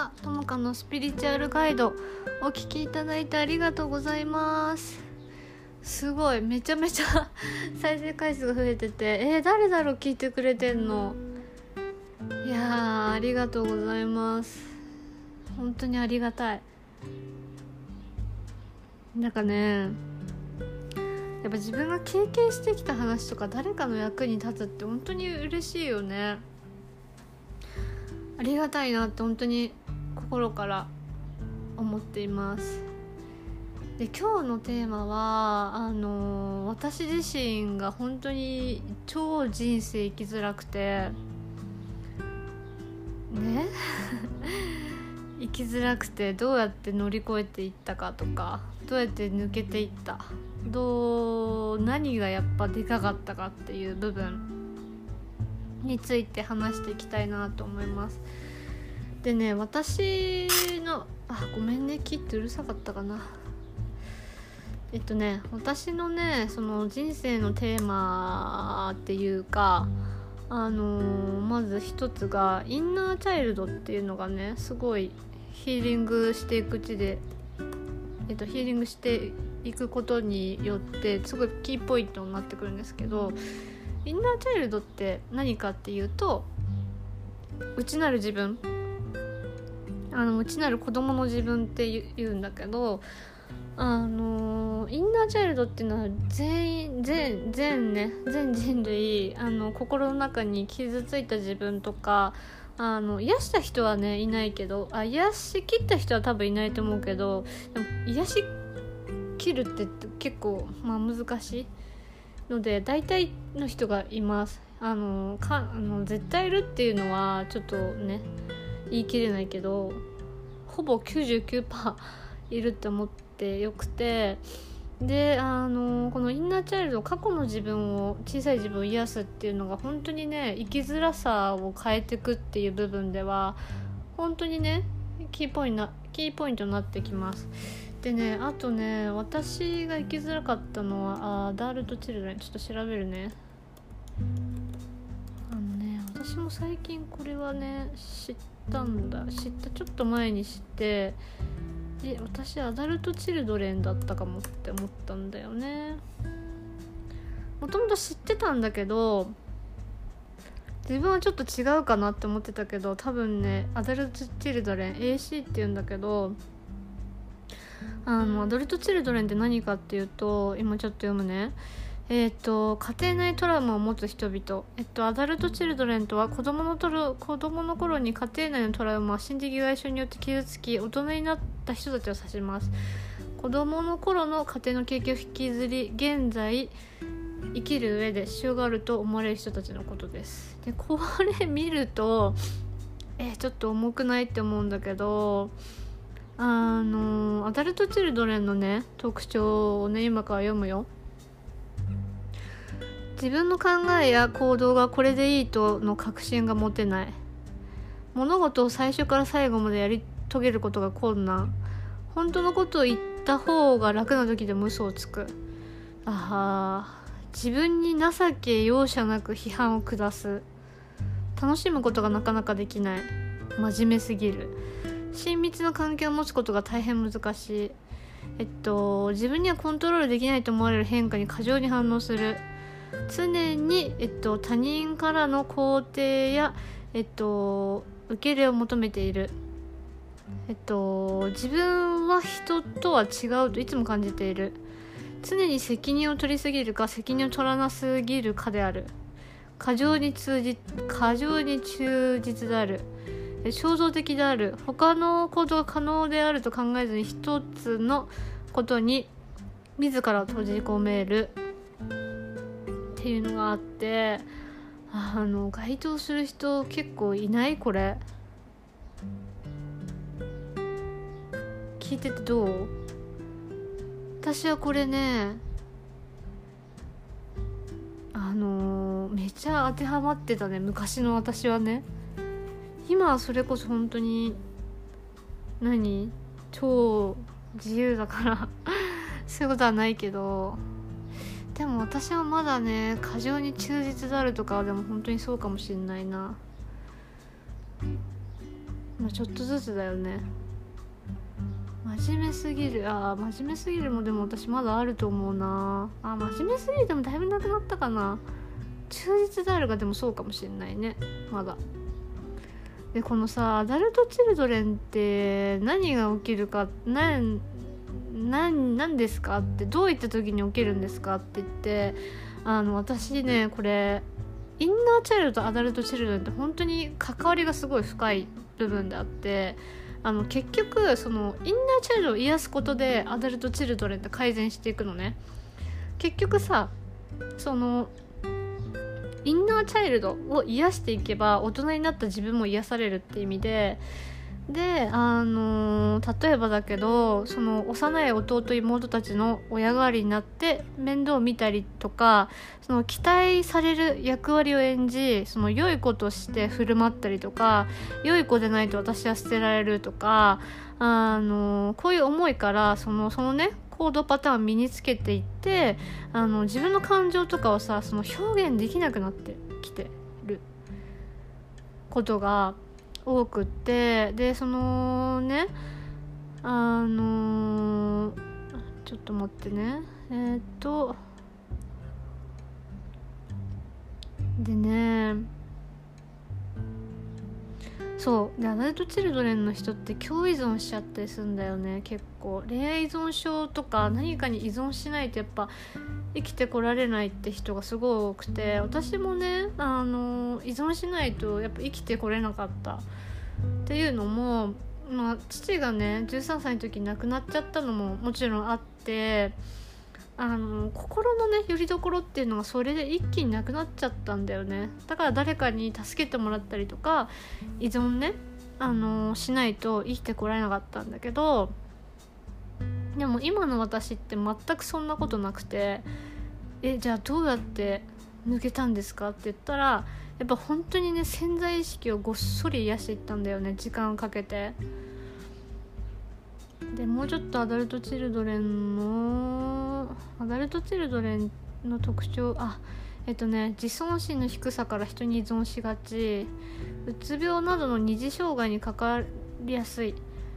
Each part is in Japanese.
は。ともかのスピリチュアルガイド、お聞きいただいてありがとうございます。すごいめちゃめちゃ再生回数が増えてて、誰だろう聞いてくれてんの。いやー、ありがとうございます。本当にありがたい。なんかね、やっぱ自分が経験してきた話とか誰かの役に立つって本当に嬉しいよね。ありがたいなって本当に心から思っています。で、今日のテーマは私自身が本当に超人生生きづらくてね生きづらくて、どうやって乗り越えていったかとか、どうやって抜けていった、何がやっぱでかかったかっていう部分について話していきたいなと思います。でね、私のごめんね、切ってうるさかったかな。私のね、その人生のテーマっていうか、まず一つがインナーチャイルドっていうのがね、すごいヒーリングしていくうちで、ヒーリングしていくことによってすごいキーポイントになってくるんですけど、インナーチャイルドって何かっていうと、内なる自分、内なる子供の自分って言うんだけど、インナーチャイルドっていうのは全人類心の中に傷ついた自分とか、癒した人はねいないけど、癒し切った人は多分いないと思うけど、でも癒し切るって結構難しいので、大体の人がいます。絶対いるっていうのはちょっとね言い切れないけど、ほぼ 99% いるって思ってよくて、でこのインナーチャイルド、過去の自分を、小さい自分を癒すっていうのが本当にね、生きづらさを変えていくっていう部分では本当にねキーポイントになってきます。でね、あとね、私が生きづらかったのはアダルトチルドレン、ちょっと調べるね。私も最近これはね知ったちょっと前に知って、私アダルトチルドレンだったかもって思ったんだよね。もともと知ってたんだけど、自分はちょっと違うかなって思ってたけど、多分ねアダルトチルドレン AC って言うんだけど、アダルトチルドレンって何かっていうと、今ちょっと読むね。家庭内トラウマを持つ人々、アダルトチルドレンとは子供の頃に家庭内のトラウマ、心的外傷によって傷つき大人になった人たちを指します。子供の頃の家庭の経験を引きずり、現在生きる上で支障があると思われる人たちのことです。で、これ見るとちょっと重くないって思うんだけど、アダルトチルドレンのね特徴をね今から読むよ。自分の考えや行動がこれでいいとの確信が持てない。物事を最初から最後までやり遂げることが困難。本当のことを言った方が楽な時でも嘘をつく。自分に情け容赦なく批判を下す。楽しむことがなかなかできない。真面目すぎる。親密な関係を持つことが大変難しい。自分にはコントロールできないと思われる変化に過剰に反応する。常に、他人からの肯定や、受け入れを求めている。自分は人とは違うといつも感じている。常に責任を取りすぎるか責任を取らなすぎるかである。過剰に忠実である。衝動的である。他の行動が可能であると考えずに一つのことに自らを閉じ込めるっていうのがあって、該当する人結構いない？これ聞いててどう？私はこれねめっちゃ当てはまってたね、昔の私はね。今はそれこそ本当に超自由だからそういうことはないけど、でも私はまだね過剰に忠実であるとかでも本当にそうかもしれないな。 ちょっとずつだよね。真面目すぎるもでも私まだあると思うな。真面目すぎるでもだいぶなくなったかな。忠実であるがでもそうかもしれないね、まだ。でこのさアダルトチルドレンって何が起きるか、何ですかって、どういった時に起きるんですかって言って、私ねこれインナーチャイルドとアダルトチルドレンって本当に関わりがすごい深い部分であって、結局そのインナーチャイルドを癒すことでアダルトチルドレンって改善していくのね。結局さ、そのインナーチャイルドを癒していけば大人になった自分も癒されるって意味で、例えばだけど、その幼い弟妹たちの親代わりになって面倒を見たりとか、その期待される役割を演じ、その良い子として振る舞ったりとか、良い子でないと私は捨てられるとか、こういう思いからそのね行動パターンを身につけていって、自分の感情とかをさ、その表現できなくなってきてることが多くって、でそのねちょっと待ってねでね、そうでアダルトチルドレンの人って共依存しちゃったりするんだよね。結構恋愛依存症とか何かに依存しないとやっぱ生きてこられないって人がすごい多くて、私もね依存しないとやっぱ生きてこれなかったっていうのも、父がね13歳の時に亡くなっちゃったのももちろんあって、心のね拠り所っていうのがそれで一気になくなっちゃったんだよね。だから誰かに助けてもらったりとか依存ねしないと生きてこられなかったんだけど、でも今の私って全くそんなことなくて、じゃあどうやって抜けたんですかって言ったら、やっぱ本当にね潜在意識をごっそり癒していったんだよね、時間をかけて。でもうちょっとアダルトチルドレンの特徴、自尊心の低さから人に依存しがち、うつ病などの二次障害にかかりやすい、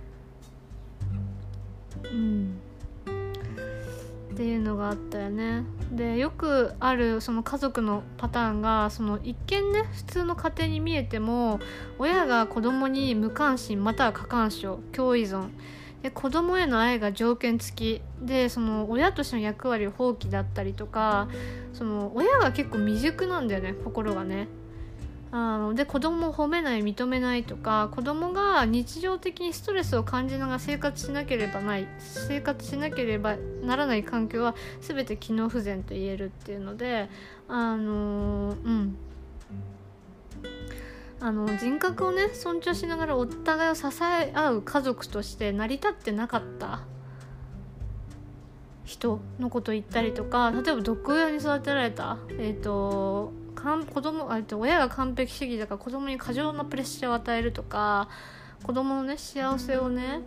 っていうのがあったよね。でよくあるその家族のパターンが、その一見ね普通の家庭に見えても親が子供に無関心または過干渉、共依存で、子供への愛が条件付きで、その親としての役割を放棄だったりとか、その親が結構未熟なんだよね、心がね。で子供を褒めない認めないとか、子供が日常的にストレスを感じながら生活しなければならない環境は全て機能不全と言えるっていうので、人格をね尊重しながらお互いを支え合う家族として成り立ってなかった人のことを言ったりとか、例えば毒親に育てられた親が完璧主義だから子供に過剰なプレッシャーを与えるとか、子供のね幸せをね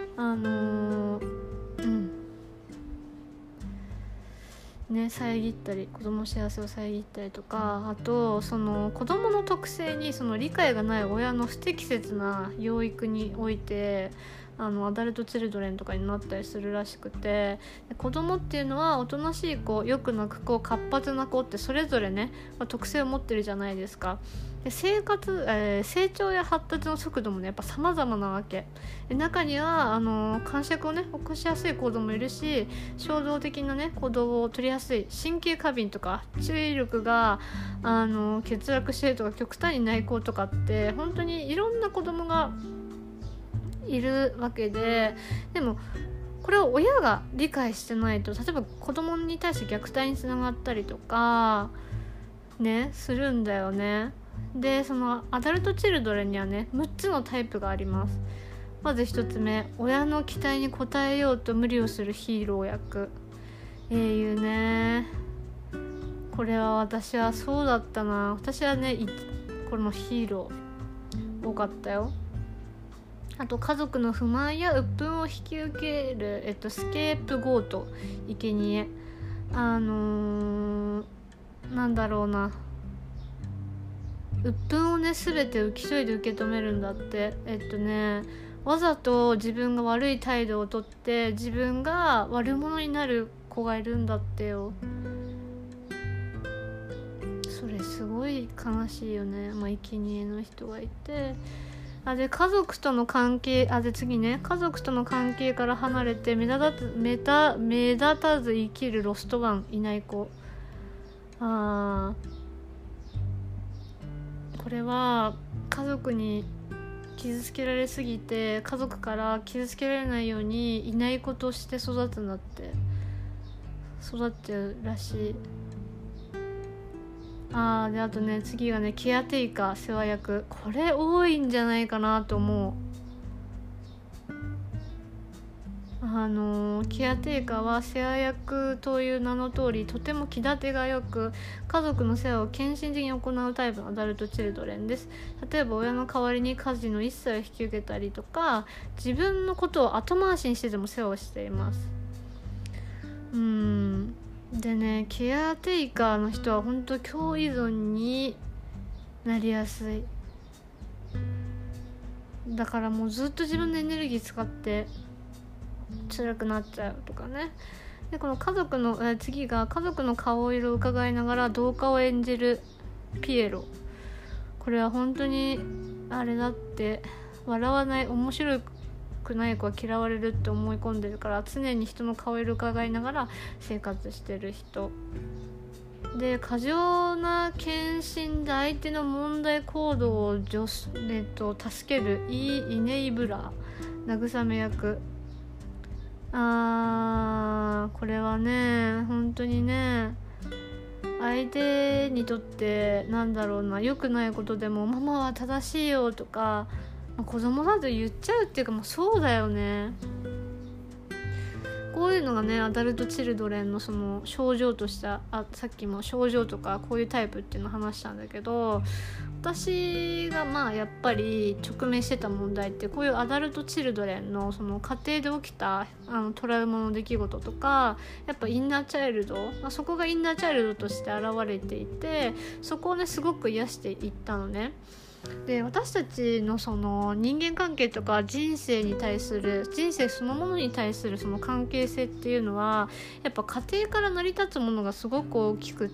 遮ったり、子供の幸せを遮ったりとか、あとその子供の特性にその理解がない親の不適切な養育においてアダルトチルドレンとかになったりするらしくて、子供っていうのはおとなしい子、よく泣く子、活発な子ってそれぞれね、特性を持ってるじゃないですか。で成長や発達の速度もねやっぱ様々なわけで、中には癇癪をね起こしやすい子供もいるし、衝動的なね行動を取りやすい、神経過敏とか注意力が欠落してるとか極端にない子とかって本当にいろんな子供がいるわけで、でもこれを親が理解してないと、例えば子供に対して虐待につながったりとかねするんだよね。でそのアダルトチルドレンにはね6つのタイプがあります。まず1つ目、親の期待に応えようと無理をするヒーロー役、英雄ね。これは私はそうだったな。私はねこのヒーロー多かったよ。あと家族の不満や鬱憤を引き受ける、スケープゴート、生贄、なんだろうな、 鬱憤をね全て一人で受け止めるんだって。わざと自分が悪い態度をとって自分が悪者になる子がいるんだってよ。それすごい悲しいよね。生贄の人がいて、で家族との関係、で次ね、家族との関係から離れて目立たず生きるロストワン、いない子。これは家族に傷つけられすぎて、家族から傷つけられないようにいない子として育つんだって。育ってるらしい。であとね、次がね、ケアテイカー、世話役。これ多いんじゃないかなと思う。ケアテイカーは世話役という名の通り、とても気立てがよく家族の世話を献身的に行うタイプのアダルトチルドレンです。例えば親の代わりに家事の一切を引き受けたりとか、自分のことを後回しにしてでも世話をしています。でね、ケアテイカーの人は本当共依存になりやすい。だからもうずっと自分のエネルギー使って辛くなっちゃうとかね。でこの家族の次が家族の顔色を伺いながら同化を演じるピエロ。これは本当にあれだって、笑わない面白くない子は嫌われるって思い込んでるから、常に人の顔色を伺いながら生活してる人で、過剰な献身で相手の問題行動を助けるイネイブラー、慰め役。これはね、本当にね、相手にとって良くないことでもママは正しいよとか、子供だと言っちゃうっていうか、そうだよね。こういうのがね、アダルトチルドレンのその症状としたさっきも症状とかこういうタイプっていうのを話したんだけど、私がやっぱり直面してた問題って、こういうアダルトチルドレンのその家庭で起きたトラウマの出来事とか、やっぱインナーチャイルド、そこがインナーチャイルドとして現れていて、そこをねすごく癒していったのね。で私たちのその人間関係とか人生そのものに対するその関係性っていうのは、やっぱ家庭から成り立つものがすごく大きくって、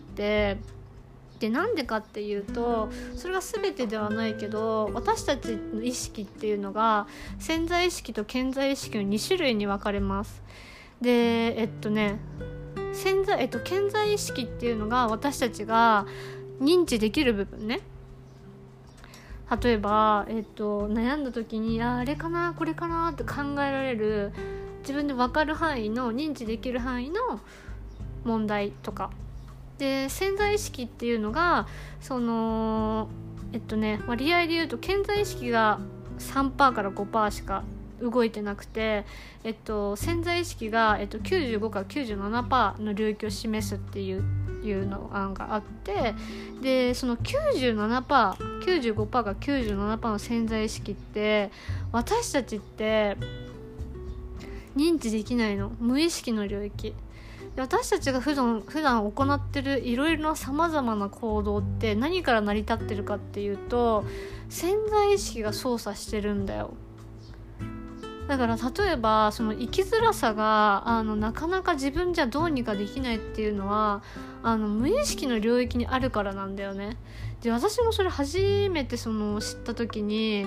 でなんでかっていうと、それが全てではないけど、私たちの意識っていうのが潜在意識と顕在意識の2種類に分かれます。で潜在意識っていうのが私たちが認知できる部分ね。例えば、悩んだ時にあれかなこれかなって考えられる、自分で分かる範囲の認知できる範囲の問題とかで、潜在意識っていうのがその割合で言うと顕在意識が 3% から 5% しか動いてなくて、潜在意識が、95から 97% の領域を示すっていうのがあって、でその 95% が 97% の潜在意識って私たちって認知できないの。無意識の領域で、私たちが普段行ってるいろいろなさまざまな行動って何から成り立ってるかっていうと、潜在意識が操作してるんだよ。だから例えばその生きづらさがなかなか自分じゃどうにかできないっていうのは無意識の領域にあるからなんだよね。で私もそれ初めて知った時に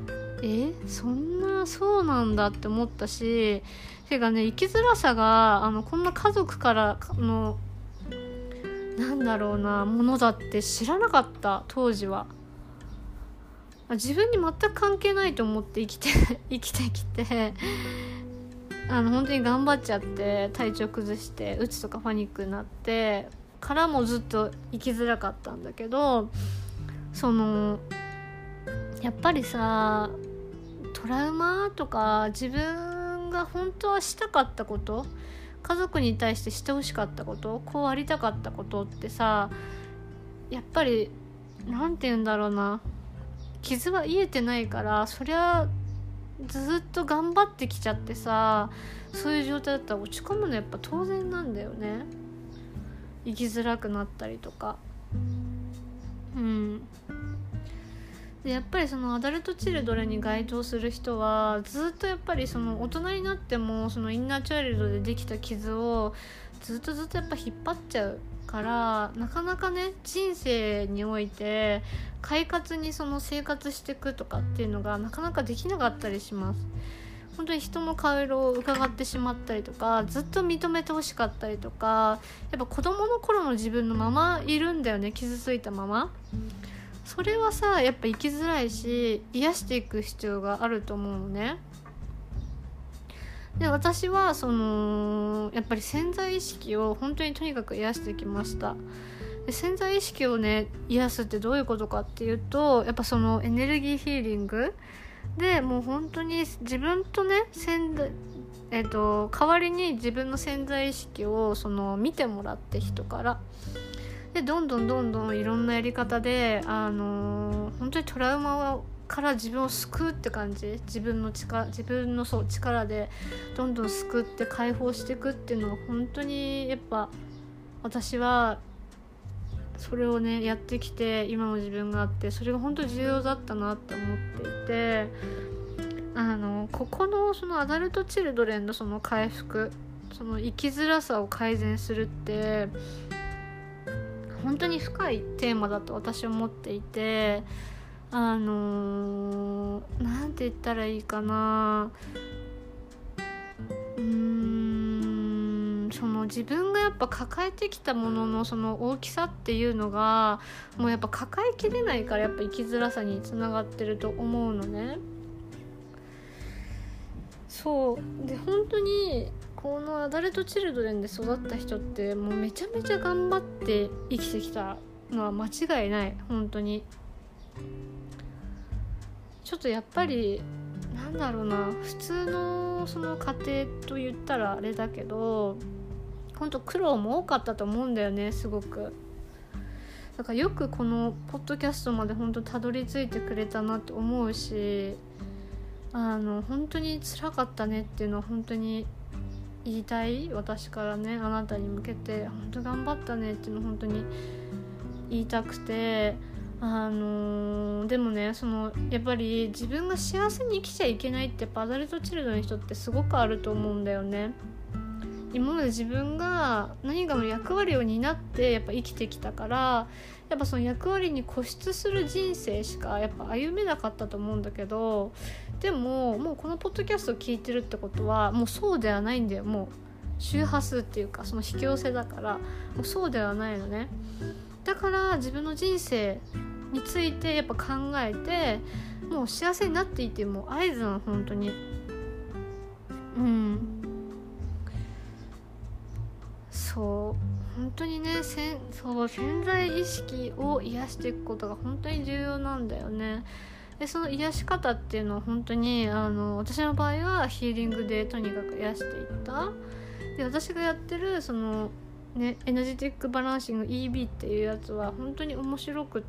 そうなんだって思ったし、てかね、生きづらさがこんな家族からのものだって知らなかった。当時は自分に全く関係ないと思って生きてきて本当に頑張っちゃって体調崩してうつとかパニックになってからもずっと生きづらかったんだけど、やっぱりさ、トラウマとか自分が本当はしたかったこと、家族に対してしてほしかったこと、こうありたかったことってさ、やっぱり傷は癒えてないから、そりゃずっと頑張ってきちゃってさ、そういう状態だったら落ち込むのやっぱ当然なんだよね。生きづらくなったりとかでやっぱりそのアダルトチルドレンに該当する人はずっとやっぱりその大人になってもそのインナーチャイルドでできた傷をずっとやっぱ引っ張っちゃうから、なかなかね人生において快活にその生活していくとかっていうのがなかなかできなかったりします。本当に人の顔色を伺ってしまったりとか、ずっと認めてほしかったりとか、やっぱ子供の頃の自分のままいるんだよね、傷ついたまま。それはさやっぱ生きづらいし、癒していく必要があると思うのね。で私はそのやっぱり潜在意識を本当にとにかく癒してきました。で潜在意識をね癒すってどういうことかっていうと、やっぱそのエネルギーヒーリングでもう本当に自分とね代わりに自分の潜在意識をその見てもらって、人からでどんどんいろんなやり方で本当にトラウマから自分を救うって感じ、自分の力でどんどん救って解放していくっていうのは本当にやっぱ私はそれをねやってきて今の自分があって、それが本当に重要だったなって思っていて、ここのそのアダルトチルドレンのその回復、その生きづらさを改善するって本当に深いテーマだと私は思っていて、なんて言ったらいいかな、その自分がやっぱ抱えてきたもののその大きさっていうのがもうやっぱ抱えきれないから、やっぱ生きづらさにつながってると思うのね。そうで本当にこのアダルトチルドレンで育った人ってもうめちゃめちゃ頑張って生きてきたのは間違いない。本当にちょっとやっぱりなんだろうな、普通のその家庭と言ったらあれだけど本当苦労も多かったと思うんだよね、すごく。だからよくこのポッドキャストまで本当たどり着いてくれたなと思うし、本当に辛かったねっていうのは本当に言いたい、私からね、あなたに向けて本当頑張ったねっていうのを本当に言いたくて、でもねそのやっぱり自分が幸せに生きちゃいけないってやっぱアダルトチルドの人ってすごくあると思うんだよね。今まで自分が何かの役割を担ってやっぱ生きてきたから、やっぱその役割に固執する人生しかやっぱ歩めなかったと思うんだけど、でももうこのポッドキャストを聞いてるってことはもうそうではないんだよ。もう周波数っていうかその引き寄せだから、もうそうではないのね。だから自分の人生についてやっぱ考えて、もう幸せになっていても合図なの本当に。そう本当にね潜在意識を癒していくことが本当に重要なんだよね。でその癒し方っていうのは本当に私の場合はヒーリングでとにかく癒していった。で私がやってるそのねエナジティックバランシング EB っていうやつは本当に面白くって、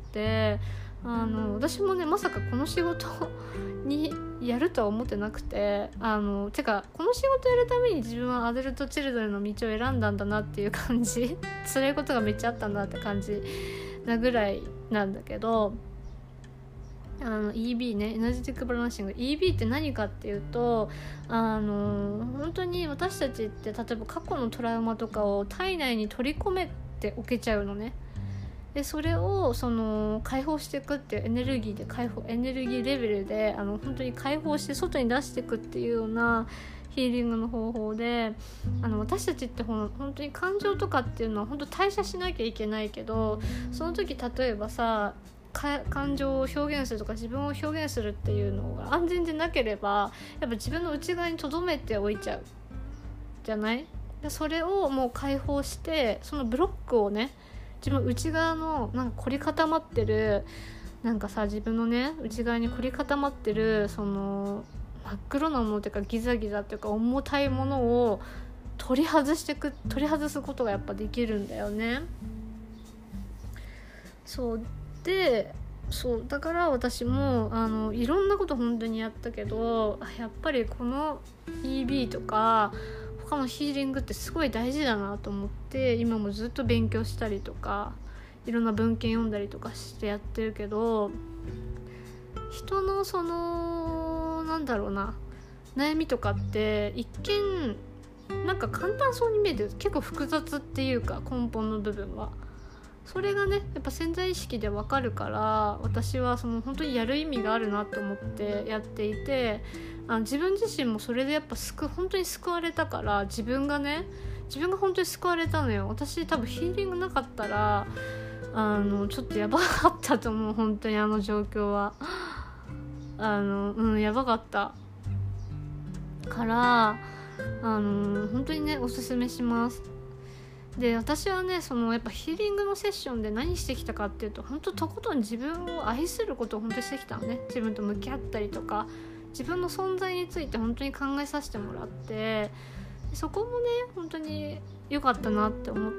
私もねまさかこの仕事にやるとは思ってなくて、てかこの仕事やるために自分はアダルトチルドレンの道を選んだんだなっていう感じ辛いことがめっちゃあったんだって感じなぐらいなんだけど、EB ねエナジティックバランシング EB って何かっていうと、本当に私たちって例えば過去のトラウマとかを体内に取り込めておけちゃうのね。でそれをその解放していくっていうエネルギーでエネルギーレベルで本当に解放して外に出していくっていうようなヒーリングの方法で、私たちって本当に感情とかっていうのは本当代謝しなきゃいけないけど、その時例えばさ感情を表現するとか自分を表現するっていうのが安全でなければやっぱ自分の内側に留めておいちゃうじゃない。でそれをもう解放してそのブロックをね自分の内側のなんか凝り固まってるなんかさ自分のね内側に凝り固まってるその真っ黒なものっていうかギザギザっていうか重たいものを取り外すことがやっぱできるんだよね。そうだから私もいろんなこと本当にやったけどやっぱりこの EB とか他のヒーリングってすごい大事だなと思って今もずっと勉強したりとかいろんな文献読んだりとかしてやってるけど、 人のそのなんだろうな悩みとかって一見なんか簡単そうに見えて結構複雑っていうか、根本の部分はそれがねやっぱ潜在意識でわかるから、私はその本当にやる意味があるなと思ってやっていて、自分自身もそれでやっぱ本当に救われたから、自分が本当に救われたのよ。私多分ヒーリングなかったらちょっとやばかったと思う。本当にあの状況はやばかったから本当にねおすすめします。で私はねそのやっぱヒーリングのセッションで何してきたかっていうと、本当とことん自分を愛することを本当にしてきたのね。自分と向き合ったりとか、自分の存在について本当に考えさせてもらって、そこもね本当に良かったなって思って、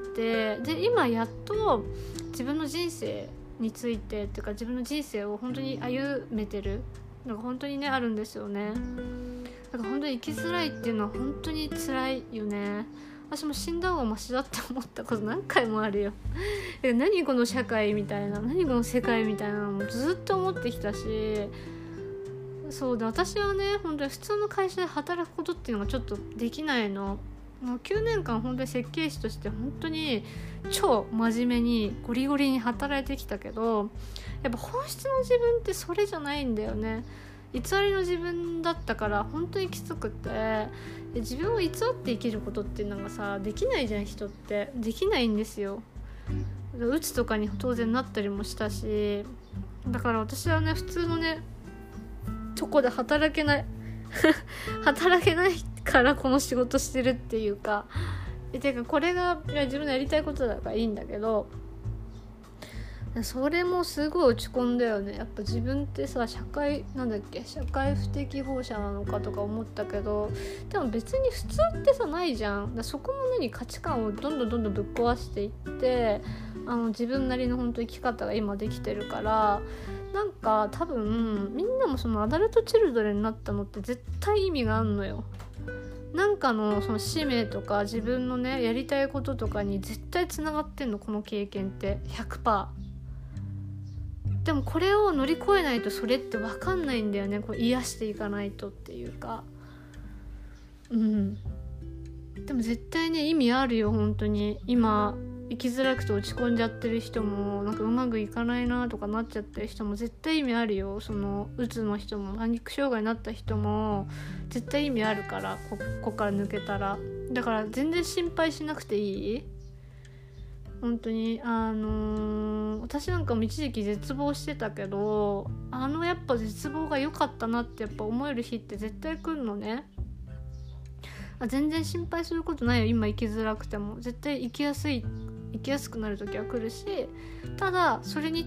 で今やっと自分の人生についてっていうか、自分の人生を本当に歩めてるのが本当にねあるんですよね。だから本当に生きづらいっていうのは本当に辛いよね。私も死んだ方がマシだって思ったこと何回もあるよ何この社会みたいな、何この世界みたいなのもずっと思ってきたし、そうで私はね本当に普通の会社で働くことっていうのがちょっとできないの。もう9年間本当に設計士として本当に超真面目にゴリゴリに働いてきたけど、やっぱ本質の自分ってそれじゃないんだよね。偽りの自分だったから本当にきつくて、自分を偽って生きることっていうのがさできないじゃん。人ってできないんですよ。うつとかに当然なったりもしたし、だから私はね普通のねとこで働けない働けないからこの仕事してるっていうか、てかこれが自分のやりたいことだからいいんだけど、それもすごい落ち込んだよね。やっぱ自分ってさ社会不適合者なのかとか思ったけど、でも別に普通ってさないじゃん。そこの価値観をどんどんぶっ壊していって、自分なりの本当生き方が今できてるから、なんか多分みんなもそのアダルトチルドレンになったのって絶対意味があんのよ。なんかのその使命とか自分のねやりたいこととかに絶対つながってんの、この経験って 100%。でもこれを乗り越えないとそれって分かんないんだよね。こう癒していかないとっていうか、でも絶対ね意味あるよ本当に。今生きづらくて落ち込んじゃってる人も、なんかうまくいかないなとかなっちゃってる人も絶対意味あるよ。そのうつの人もパニック障害になった人も絶対意味あるから、ここから抜けたら。だから全然心配しなくていい。本当に私なんかも一時期絶望してたけど、やっぱ絶望が良かったなってやっぱ思える日って絶対来るのね。全然心配することないよ。今生きづらくても絶対生きやすくなる時は来るし、ただ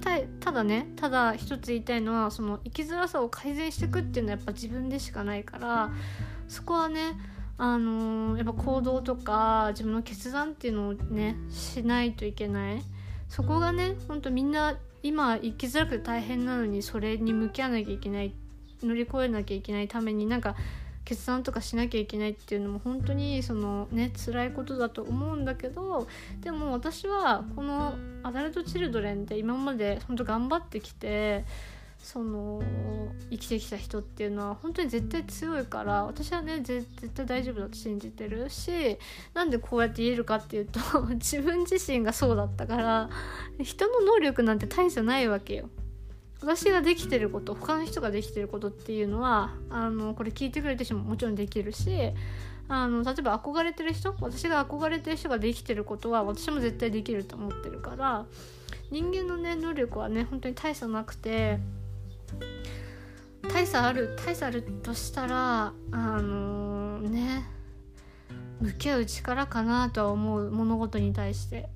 一つ言いたいのは、その生きづらさを改善していくっていうのはやっぱ自分でしかないから、そこはねやっぱ行動とか自分の決断っていうのをねしないといけない。そこがねほんとみんな今生きづらくて大変なのに、それに向き合わなきゃいけない、乗り越えなきゃいけないためになんか決断とかしなきゃいけないっていうのも本当にそのね辛いことだと思うんだけど、でも私はこのアダルトチルドレンで今まで本当頑張ってきて、その生きてきた人っていうのは本当に絶対強いから、私はね絶対大丈夫だと信じてるし、なんでこうやって言えるかっていうと自分自身がそうだったから。人の能力なんて大差ないわけよ。私ができてること、他の人ができてることっていうのはこれ聞いてくれてる人ももちろんできるし、例えば私が憧れてる人ができてることは私も絶対できると思ってるから、人間のね能力はね本当に大差なくて、大差あるとしたら向き合う力かなとは思う。物事に対して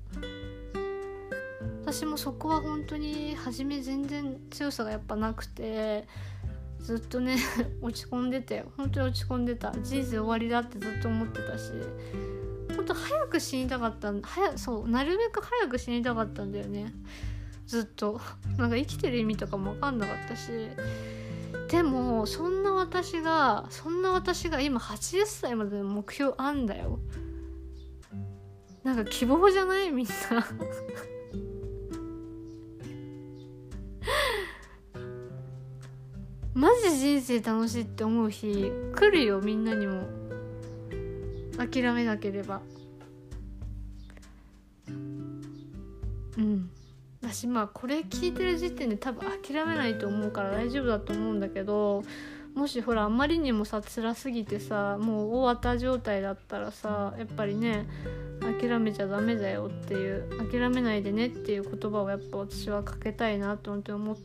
私もそこは本当に初め全然強さがやっぱなくて、ずっとね落ち込んでて、本当に落ち込んでた。人生終わりだってずっと思ってたし、本当早く死にたかったなるべく早く死にたかったんだよね。ずっとなんか生きてる意味とかも分かんなかったし、でもそんな私が今80歳までの目標あんだよ。なんか希望じゃないみんなジ人生楽しいって思う日来るよ、みんなにも。諦めなければ。私これ聞いてる時点で多分諦めないと思うから大丈夫だと思うんだけど、もしほらあまりにもさ辛すぎてさもう大綿状態だったらさ、やっぱりね諦めちゃダメだよっていう、諦めないでねっていう言葉をやっぱ私はかけたいなと思って、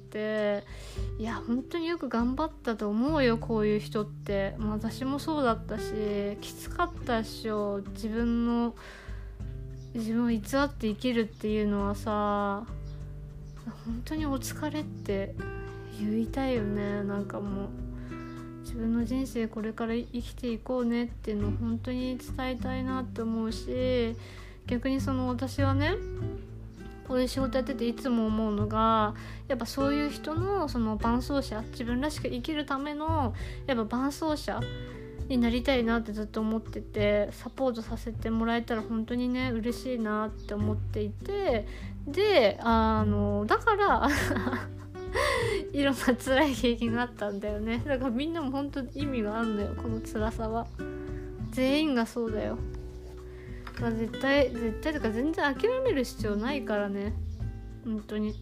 いや本当によく頑張ったと思うよ、こういう人って。私もそうだったし、きつかったっしょ。自分を偽って生きるっていうのはさ、本当にお疲れって言いたいよね。なんかもう自分の人生これから生きていこうねっていうのを本当に伝えたいなって思うし、逆に私はねこういう仕事やってていつも思うのが、やっぱそういう人の伴走者、自分らしく生きるためのやっぱ伴走者になりたいなってずっと思ってて、サポートさせてもらえたら本当にね嬉しいなって思っていて、でだからいろんな辛い経験があったんだよね。だからみんなも本当に意味があるんだよ、この辛さは。全員がそうだよ。絶対とか全然諦める必要ないからね、本当に。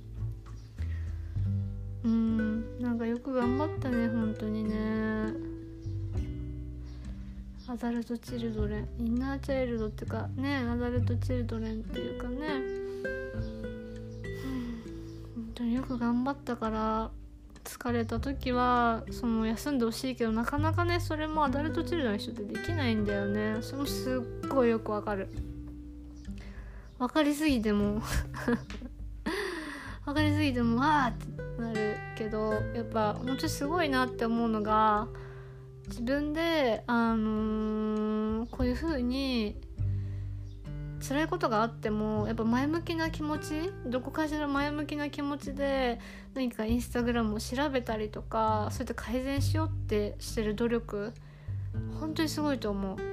なんかよく頑張ったね、本当にね。アダルトチルドレン、インナーチャイルドっていうかね、アダルトチルドレンっていうかね、本当によく頑張ったから、疲れた時は休んでほしいけど、なかなかねそれもアダルトチルドの人ってできないんだよね。それもすっごいよくわかる。わかりすぎてもわーってなるけど、やっぱ本当にすごいなって思うのが、自分でこういう風に辛いことがあってもやっぱ前向きな気持ち、どこかしら前向きな気持ちで何かインスタグラムを調べたりとか、そうやって改善しようってしてる努力、本当にすごいと思う。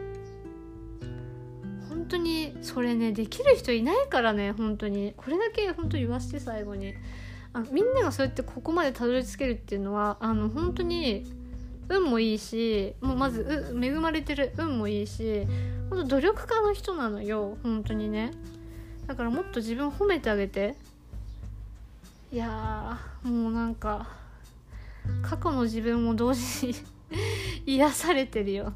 本当にそれねできる人いないからね。本当にこれだけ本当に言わせて、最後にみんながそうやってここまでたどり着けるっていうのは本当に運もいいし、もうまず恵まれてる運もいいし、本当努力家の人なのよ、本当にね。だからもっと自分を褒めてあげて。いやもうなんか過去の自分も同時に癒されてるよ。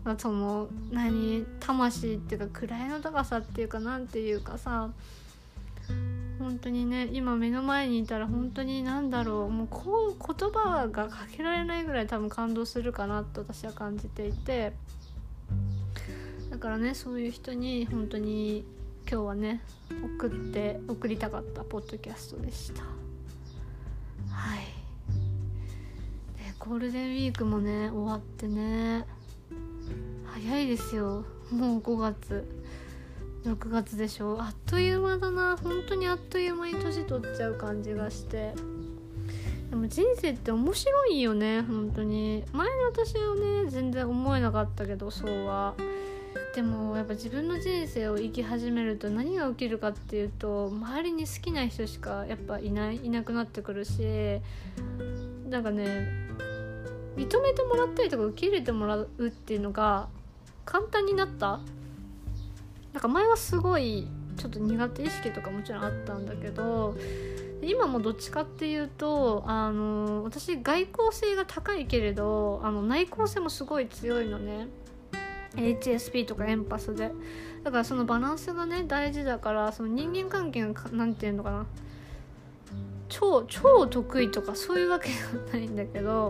魂っていうか位の高さっていうかなんていうかさ、本当にね今目の前にいたら本当にもうこう言葉がかけられないぐらい多分感動するかなと私は感じていて、だからねそういう人に本当に今日はね送りたかったポッドキャストでした。はい。でゴールデンウィークもね終わってね、早いですよ。もう5月6月でしょ。あっという間だな、本当にあっという間に年取っちゃう感じがして。でも人生って面白いよね、本当に。前の私はね全然思えなかったけど、そうは。でもやっぱ自分の人生を生き始めると何が起きるかっていうと、周りに好きな人しかやっぱいなくなってくるし、なんかね認めてもらったりとか受け入れてもらうっていうのが簡単になった。なんか前はすごいちょっと苦手意識とかもちろんあったんだけど、今もどっちかっていうと私外向性が高いけれど内向性もすごい強いのね。HSP とかエンパスで、だからそのバランスがね大事だから、その人間関係がなんていうのかな、超得意とかそういうわけではないんだけど、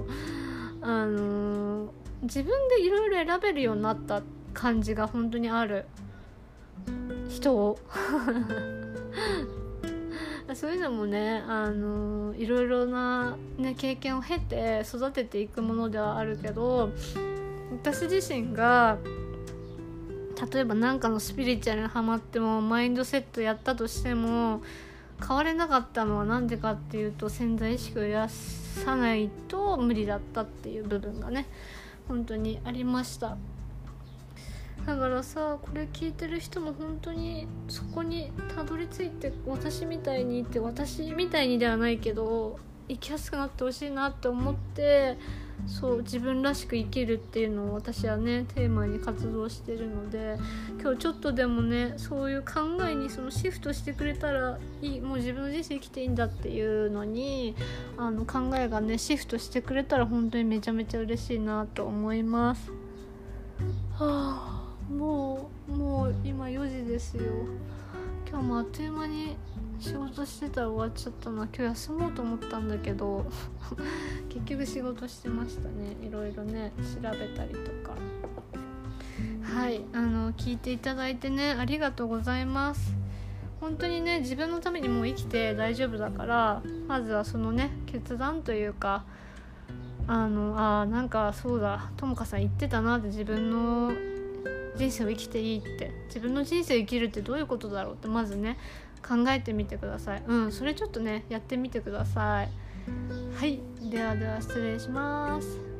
自分でいろいろ選べるようになった感じが本当にある。人をそういうのもねいろいろな、ね、経験を経て育てていくものではあるけど、私自身が例えば何かのスピリチュアルにハマってもマインドセットやったとしても変われなかったのはなんでかっていうと、潜在意識を癒さないと無理だったっていう部分がね本当にありました。だからさ、これ聞いてる人も本当にそこにたどり着いて、私みたいにではないけど生きやすくなってほしいなって思って、そう自分らしく生きるっていうのを私はねテーマに活動してるので、今日ちょっとでもねそういう考えにそのシフトしてくれたらいい、もう自分の人生生きていいんだっていうのに考えがねシフトしてくれたら本当にめちゃめちゃ嬉しいなと思います。もう今4時ですよ。今日もあっという間に仕事してたら終わっちゃったな。今日休もうと思ったんだけど結局仕事してましたね。いろいろね調べたりとか。はい、聞いていただいてねありがとうございます。本当にね自分のためにもう生きて大丈夫だから、まずはそのね決断というか、なんかそうだともかさん言ってたなって、自分の人生を生きていいって、自分の人生を生きるってどういうことだろうってまずね考えてみてください。それちょっとねやってみてください。はい、では失礼します。